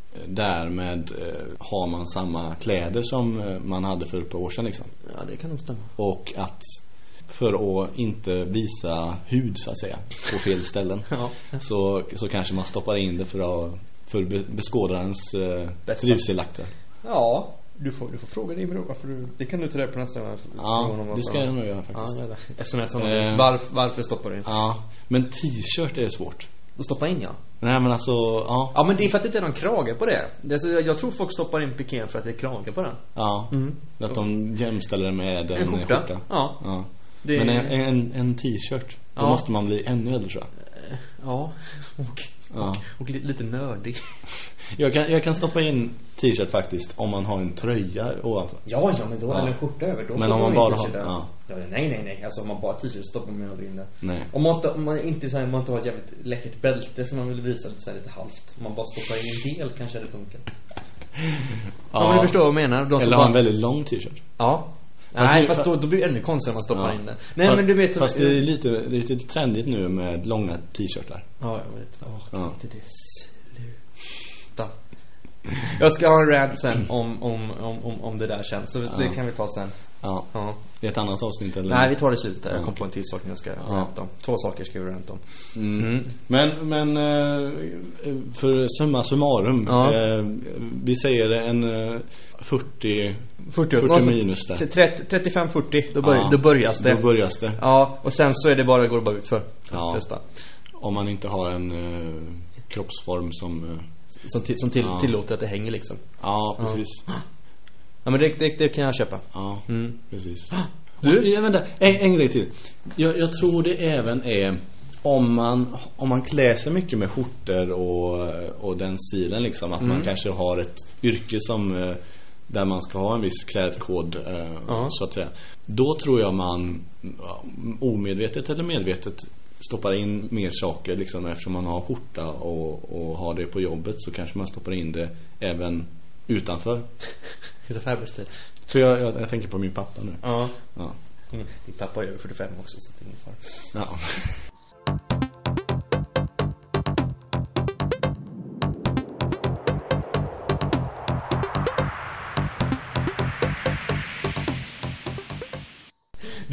därmed eh, har man samma kläder som eh, man hade för ett par år sedan liksom. Ja, det kan nog stämma. Och att för att inte visa hud så att säga på fel ställen ja. så, så kanske man stoppar in det för att för beskådarens eh, trivselakter. Ja, du får, du får fråga din bror varför du, det kan du ta reda på nästa gång. Ja, det ska jag nog göra faktiskt. Ja, sms om eh, varför, varför stoppar du in? Ja, men t-shirt är svårt. Att stoppa in, ja. Nej, men alltså, ja. Ja, men det är för att det inte är någon krage på det. Alltså, jag tror folk stoppar in pikén för att det är krage på den. Ja, mm. Att de jämställer det med en, en skjorta. skjorta. Ja, ja. Det... Men en, en, en t-shirt, då ja. måste man bli ännu äldre, tror jag. Ja, och, ja. och, och lite nördig. Jag kan, jag kan stoppa in t-shirt faktiskt om man har en tröja ovanför. Ja, ja, men då är ja. en skjorta över. Då men om man bara har ja. Ja, nej, nej, nej. Alltså om man bara har t-shirt stoppar man aldrig in där. Nej. Om man inte, om man inte, så här, man inte har ett jävligt läckert bälte som man vill visa lite, så här, lite halvt. Om man bara stoppar in en del kanske det funkar. Ja, ja, men du förstår vad jag menar. De eller bara... ha en väldigt lång t-shirt. Ja. Fast nej, fast då, då blir det ännu konstigt om man stoppar ja. in det. Nej, fast, men du vet, fast det är lite, det är lite trendigt nu med långa t-shirtar. Ja, jag vet. Åh, ja. inte det sluta. Jag ska ha en rant sen om, om, om, om det där känns. Så ja. det kan vi ta sen. Ja. ja. Det är ett annat avsnitt eller? Nej, vi tar det i slutet där. Jag ja. kom på en till sak jag ska ja. ranta om. Två saker ska vi ranta om. Mm. Mm. Men, men för summa summarum ja. eh, vi säger en fyrtio fyrtio, fyrtio minus där. trettiofem fyrtio, då, bör, ja. då börjas det. Då börjas det. Ja, och sen så är det bara, går det bara ut för ja. Om man inte har en uh, kroppsform som uh, som, till, som till, ja. tillåter att det hänger liksom. Ja, precis. Ja, ja men det, det, det kan jag köpa. Ja, mm. precis. Du, jag vänta, en, en grej till. Jag, jag tror det även är om man, om man klär sig mycket med skjortor och, och den stilen liksom, att mm. man kanske har ett yrke som där man ska ha en viss klädkod uh, ja. så att säga. Då tror jag man omedvetet eller medvetet stoppar in mer saker liksom, eftersom man har skjorta och, och har det på jobbet, så kanske man stoppar in det även utanför. Det är färgbestil. För jag, jag, jag tänker på min pappa nu. Ja. Ja. Mm. Din pappa är över fyrtiofem också, så det är ingen fara. Ja.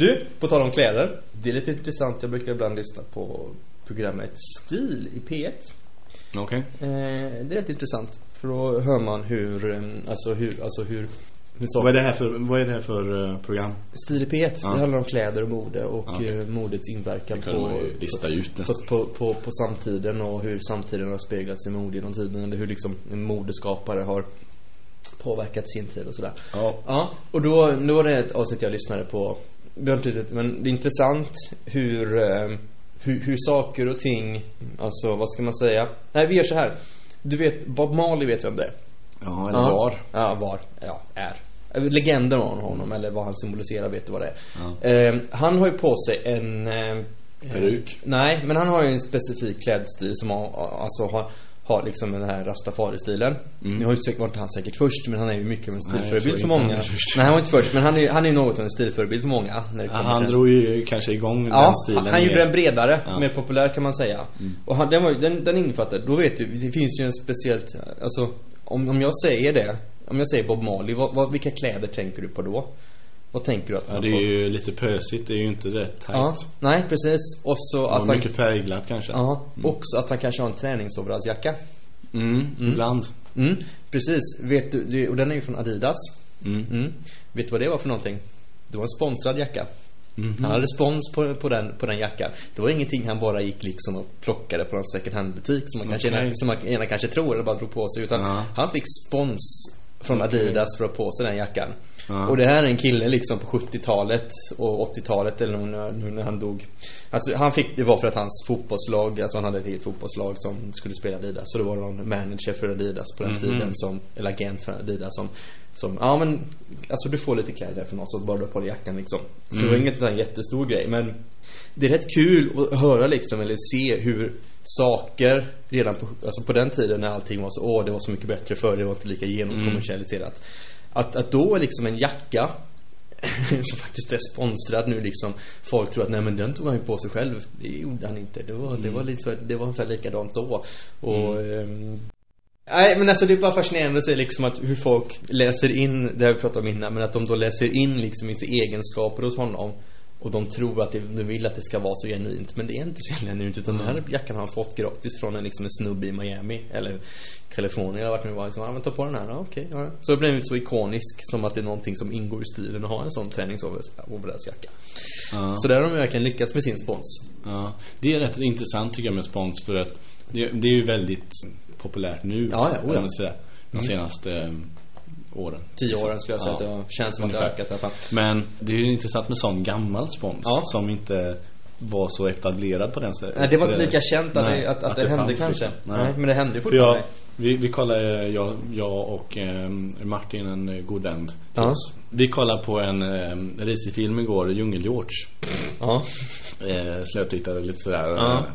Du, på tal om kläder. Det är lite intressant. Jag brukar ibland lyssna på programmet Stil i P ett. Okej. Okay. Eh, det är rätt intressant. För då hör man hur, alltså hur, alltså hur, hur vad är det här för, vad är det här för uh, program? Stil i P ett, ja. Det handlar om kläder och mode och okay. uh, modets inverkan på, lista ut på, på, på, på samtiden och hur samtiden har speglats i mode genom tiden, eller hur liksom en modeskapare har påverkat sin tid och sådär. Ja. Ja, och då, då var det ett avsnitt jag lyssnade på. Men det är intressant hur, uh, hur, hur saker och ting, alltså vad ska man säga? Nej, vi gör så här. Du vet, Bob Marley vet vem det är? Ja, eller ja. var. Ja, var. Ja, är. Legenden om honom, eller vad han symboliserar, vet du vad det är. Ja. Eh, han har ju på sig en... Eh, peruk. Nej, men han har ju en specifik klädstil som har, alltså har, har liksom den här Rastafari-stilen. Mm. Nu har ju säkert varit han säkert först, men han är ju mycket av en stilförebild för många. Nej, han var inte först, men han är, han är något av en stilförebild för många. När det ja, han drog ju kanske igång ja, den stilen. Han gjorde den bredare, ja. mer populär kan man säga. Mm. Och han, den, var, den, den innefattar, då vet du, det finns ju en speciellt, alltså om, om jag säger det, om jag säger Bob Marley, vad, vad, vilka kläder tänker du på då? Vad tänker du att ja, det är får? Ju lite pösigt, det är ju inte rätt tajt. Ja, nej, precis. Och så att han, mycket färgglatt kanske. Ja, mm. också att han kanske har en träningsoverallsjacka. Mm, mm, ibland. Mm, precis. Vet du, och den är ju från Adidas. Mm. Mm. Vet du vad det var för någonting? Det var en sponsrad jacka. Mm-hmm. Han hade spons på, på, den, på den jackan. Det var ingenting han bara gick liksom och plockade på en second hand butik som man, okay. kanske, ena, som man ena kanske tror eller bara drog på sig, utan ja. Han fick spons från Adidas för att på sig den jackan. Ja. Och det här är en kille liksom på sjuttiotalet och åttiotalet eller när, nu när han dog. Alltså han fick, det var för att hans fotbollslag, alltså han hade ett helt fotbollslag som skulle spela Adidas. Så det var någon manager för Adidas på den mm-hmm. tiden som, eller agent för Adidas som, som ja men alltså du får lite kläder från oss och bara du på jackan liksom. Så mm. det var inget sån jättestor grej, men det är rätt kul att höra liksom, eller se hur saker redan på, alltså på den tiden när allting var så, åh det var så mycket bättre förr, det var inte lika genomkommersialiserat. Mm. Att, att då liksom en jacka som faktiskt är sponsrad nu liksom, folk tror att nej men den tog han ju på sig själv. Det gjorde han inte. Det var, mm. det var lite så, det var ungefär likadant då. Och mm. um, nej men alltså det är bara fascinerande att se liksom att hur folk läser in, det har vi pratat om innan, men att de då läser in liksom i sina egenskaper hos honom. Och de tror att det, de vill att det ska vara så genuint. Men det är inte så genuint, utan mm. den här jackan har han fått gratis från en, liksom en snubbe i Miami eller Kalifornien eller vart det var liksom, ja men ta på den här, ja, okej okay, ja. Så det blir det så ikonisk som att det är någonting som ingår i stilen att ha en sån träningsoverallsjacka. Ja. Så där har de verkligen lyckats med sin spons. Ja, det är rätt intressant tycker jag med spons, för att det, det är ju väldigt populärt nu. Ja, ja, oh, ja. Säga, de mm. senaste åren. Tio åren skulle jag säga, ja, att det känns som att det har ökat i alla fall. Men det är ju intressant med sån gammal spons, ja, som inte var så etablerad på den stället. Nej, det var inte lika känt att, nej, det, att, att, att det, det hände kanske. Nej. nej, men det hände ju fortfarande. Jag, vi, vi kollar, jag, jag och eh, Martin, en god vän till ja. oss. Vi kollade på en eh, risig film igår, Djungelhjorts. Ja. Eh, slötittade lite sådär. Ja.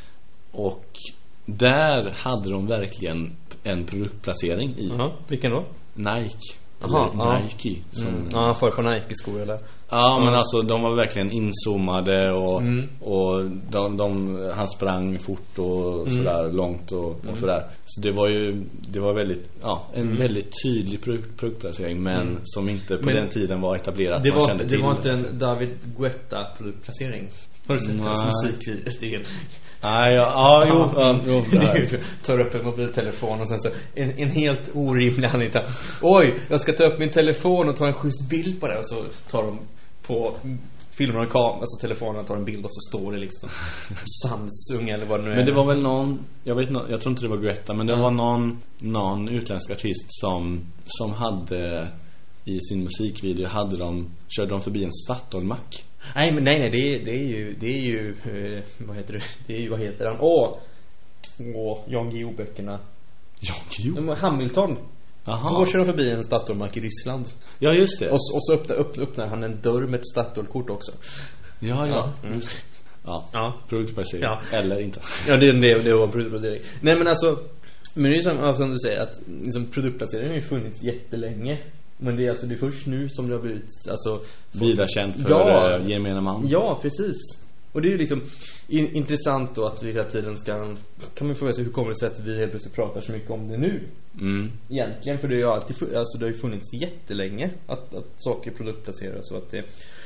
Och där hade de verkligen en produktplacering i. Ja, vilken då? Nike. Aha, Nike som... mm. Ja, folk på Nike-skor eller? Ja, men alltså de var verkligen inzoomade och, mm. och de, de, han sprang fort och mm. sådär långt och, och mm. sådär. Så det var ju, det var väldigt, ja, en mm. väldigt tydlig produktplacering, men mm. som inte på men den tiden var etablerat. Det man var, kände det till var inte en David Guetta produktplacering. Har du sett hans musikvideo? Nej, ja, ja, jo, ja, jo tar upp en mobiltelefon och sen så en, en helt orimlig anledning. Oj, jag ska ta upp min telefon och ta en schysst bild på det, och så tar de på filmar en kamera, alltså telefonen tar en bild och så står det liksom Samsung eller vad det nu är. Men det var väl någon, jag vet inte, jag tror inte det var Guetta, men det mm. var någon någon utländsk artist som som hade i sin musikvideo hade de körde de förbi en Statoil-mack. Nej, men nej, nej, det är, det är ju, det är ju, eh, vad heter det? Det är ju, vad heter han? Åh, åh, Jan Guillou-böckerna. Jan Guillou? Hamilton. Aha. Då kör de förbi en Statoil-mack i Ryssland. Ja, just det. Och, och så öppnar, öppnar, öppnar han en dörr med ett Statoil-kort också. Ja, ja. Ja, mm. ja. ja. Produktplacering. Ja. Eller inte. Ja, det, det, det var produktplacering. Nej, men alltså, men det är ju som, som du säger, att liksom, produktplacering har ju funnits jättelänge. Men det är alltså det är först nu som det har blivit alltså vida känt för ja, gemene man. Ja, precis. Och det är ju liksom in, intressant då att vi hela tiden ska, kan man fråga sig hur kommer det sig att vi helt plötsligt pratar så mycket om det nu. Mm. Egentligen, för det har ju alltid, alltså det har ju funnits jättelänge att, att saker produktplaceras, så att det,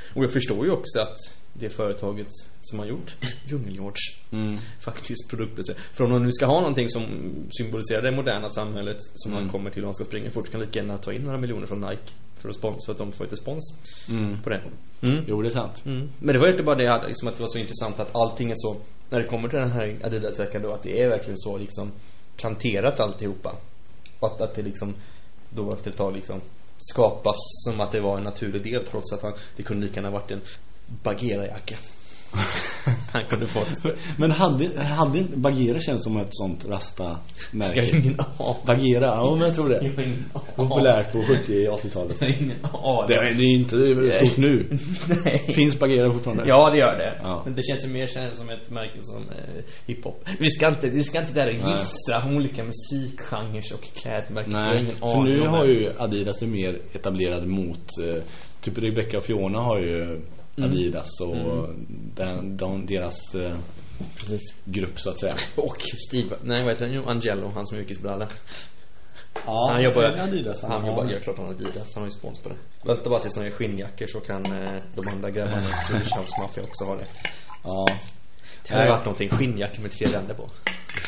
Och jag förstår ju också att det företaget som har gjort Djungelhjorts mm. faktiskt produktplacering. För om de nu ska ha någonting som symboliserar det moderna samhället som mm. man kommer till och man ska springa fort, kan lika gärna ta in några miljoner från Nike för att sponsra, så att de får ett spons mm. på det. Mm. Jo, det är sant. Mm. Men det var inte bara det jag hade, liksom, att det var så intressant att allting är så, när det kommer till den här Adidas-veckan då, att det är verkligen så liksom planterat alltihopa. Och att, att det liksom då efter ett tag liksom skapas som att det var en naturlig del, trots att han, det kunde lika gärna varit en Bagheera-jacka. Han kunde fått. Men hade, hade Bagheera känns som ett sånt rasta märke. Jag har ingen aning. Bagheera, ja men jag tror det. Populärt på sjuttio- och åttiotalet. Det är, det är inte stort nu. Nej. Finns Bagheera fortfarande? Ja, det gör det. Ja. Men det känns ju mer känns som ett märke som eh, hiphop. Vi ska inte, vi ska inte där gissa Nej. olika musikgenrer och klädmärken. Nej, för nu har ju Adidas är mer etablerad mot eh, typ Rebecca och Fiona har ju Adidas och mm. den, de, deras eh, grupp så att säga. Och Steve, nej vad heter han? Jo, Angelo, han som är yrkesbralla. Ja, han jobbar Adidas. Han, han jobbar, jag klart han har Adidas, han har ju spons på det. Vänta bara tills han gör skinnjackor så kan eh, de andra grabbarna i Charles Mafia också ha det. Ja. Det har varit någonting skinnjackor med tre ränder på.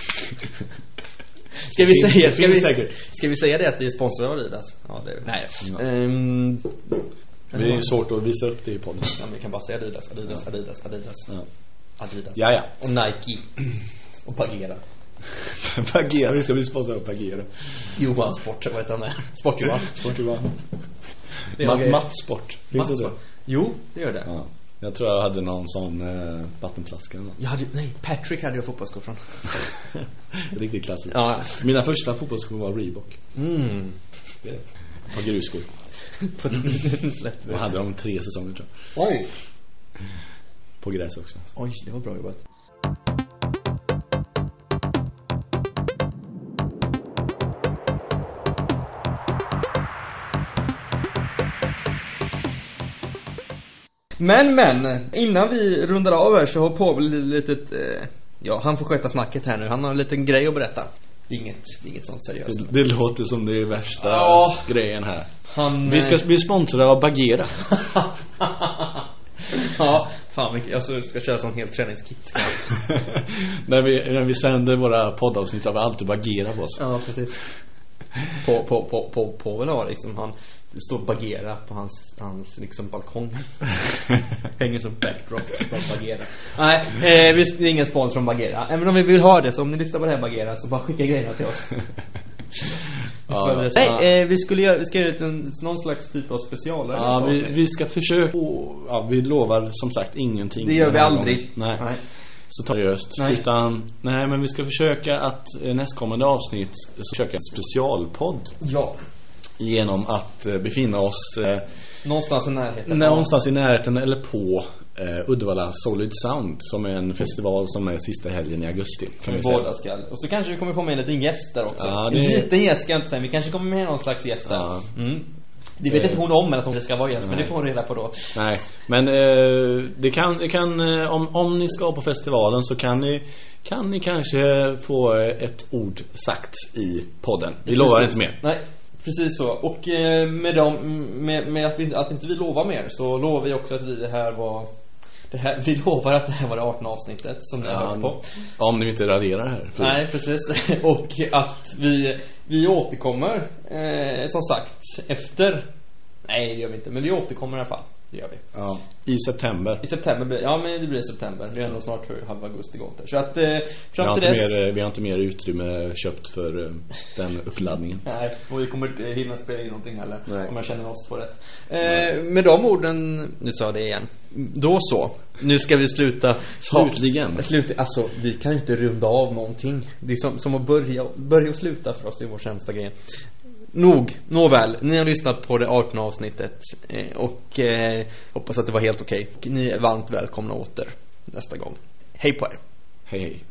Ska vi säga ska vi, ska vi säga det att vi är sponsrade av Adidas? Ja, det är nej. Ja. Um, det är ju svårt att visa upp det i podden. Ja, men vi kan bara säga Adidas, Adidas, ja. Adidas, Adidas. Ja. Adidas. Ja, ja. Och Nike. Och Bagheera. Bagheera, vi ska bli sponsrade av Bagheera. Johan Sport, vad heter han är? Sport Johan. Sport Johan. Ma- Mattsport. Finns det det? Jo, det gör det. Ja. Jag tror jag hade någon sån eh, vattenflaska eller något. Jag hade, nej, Patrick hade jag fotbollsskor från. Riktigt klassiskt. Ja. Mina första fotbollsskor var Reebok. Mm. Det är det. På grusskor. Och hade de tre säsonger tror jag. Oj. På gräs också. Oj, det var bra jobbat. Men men innan vi rundar av här så har Paul litet eh, ja, han får sköta snacket här nu. Han har en liten grej att berätta. Inget, inget sånt seriöst. Det, det låter som det är värsta ja, grejen här. Han, vi ska bli sponsrade av Bagheera. Ja, fan mycket. Jag så ska köra sån helt träningskit. när, vi, när vi sänder våra poddavsnitt har vi alltid Bagheera på oss. Ja, precis. På, på, på, på, på väl har liksom han det står Bagheera på hans, hans liksom balkong. Hänger som backdrop på Bagheera. Nej, eh, vi är ingen sponsor från Bagheera. Även om vi vill ha det, så om ni lyssnar på det här Bagheera, så bara skicka grejerna till oss. Ja, nej, eh, vi skulle göra, vi ska göra en, någon slags typ av special. Ja, vi, vi ska försöka. Ja, vi lovar som sagt ingenting. Det gör vi aldrig. Nej. nej. Så ta det just. Nej. Utan, nej, men vi ska försöka att eh, nästkommande avsnitt så försöka en specialpodd. Ja. Genom att eh, befinna oss eh, någonstans i närheten. Någonstans i närheten eller på eh, Uddevalla Solid Sound, som är en festival som är sista helgen i augusti. Kan vi båda ska. Och så kanske vi kommer få med en liten gäst där också. Ja, det... En liten gäst ska jag inte säga. Vi kanske kommer med någon slags gäst där. Ja. Mm. Det vet inte hon om, eller att hon ska vara gäst. Nej. Men det får hon reda på då. Nej, men eh, det kan, det kan eh, om, om ni ska på festivalen så kan ni Kan ni kanske få ett ord sagt i podden. Vi lovar inte mer. Nej, precis så. Och eh, med, dem, med, med att, vi, att inte vi lovar mer, så lovar vi också att vi här var det här, vi lovar att det här var det artonde avsnittet som ni ja, har hört på. Om ni inte raderar här. För... Nej, precis. Och att vi, vi återkommer eh, som sagt efter. Nej, det gör vi inte. Men vi återkommer i alla fall. Det gör vi. Ja, i september. I september blir, ja men det blir i september. Det är ändå snart för halv augusti gått där. Så att eh, fram vi till dess mer, vi har inte mer utrymme köpt för eh, den uppladdningen. Nej, och vi kommer inte hinna spela in någonting heller. Nej. Om jag känner oss på rätt. Eh, med de orden, nu sa jag det igen. Då så. Nu ska vi sluta. Slutligen. Ha, slut, alltså, vi kan inte runda av någonting. Det är som, som att börja, börja och sluta för oss. Det är vår sämsta grej. Nog, nåväl, ni har lyssnat på det artonde avsnittet eh, och eh, hoppas att det var helt okej. Ni är varmt välkomna åter nästa gång. Hej på er. Hej hej.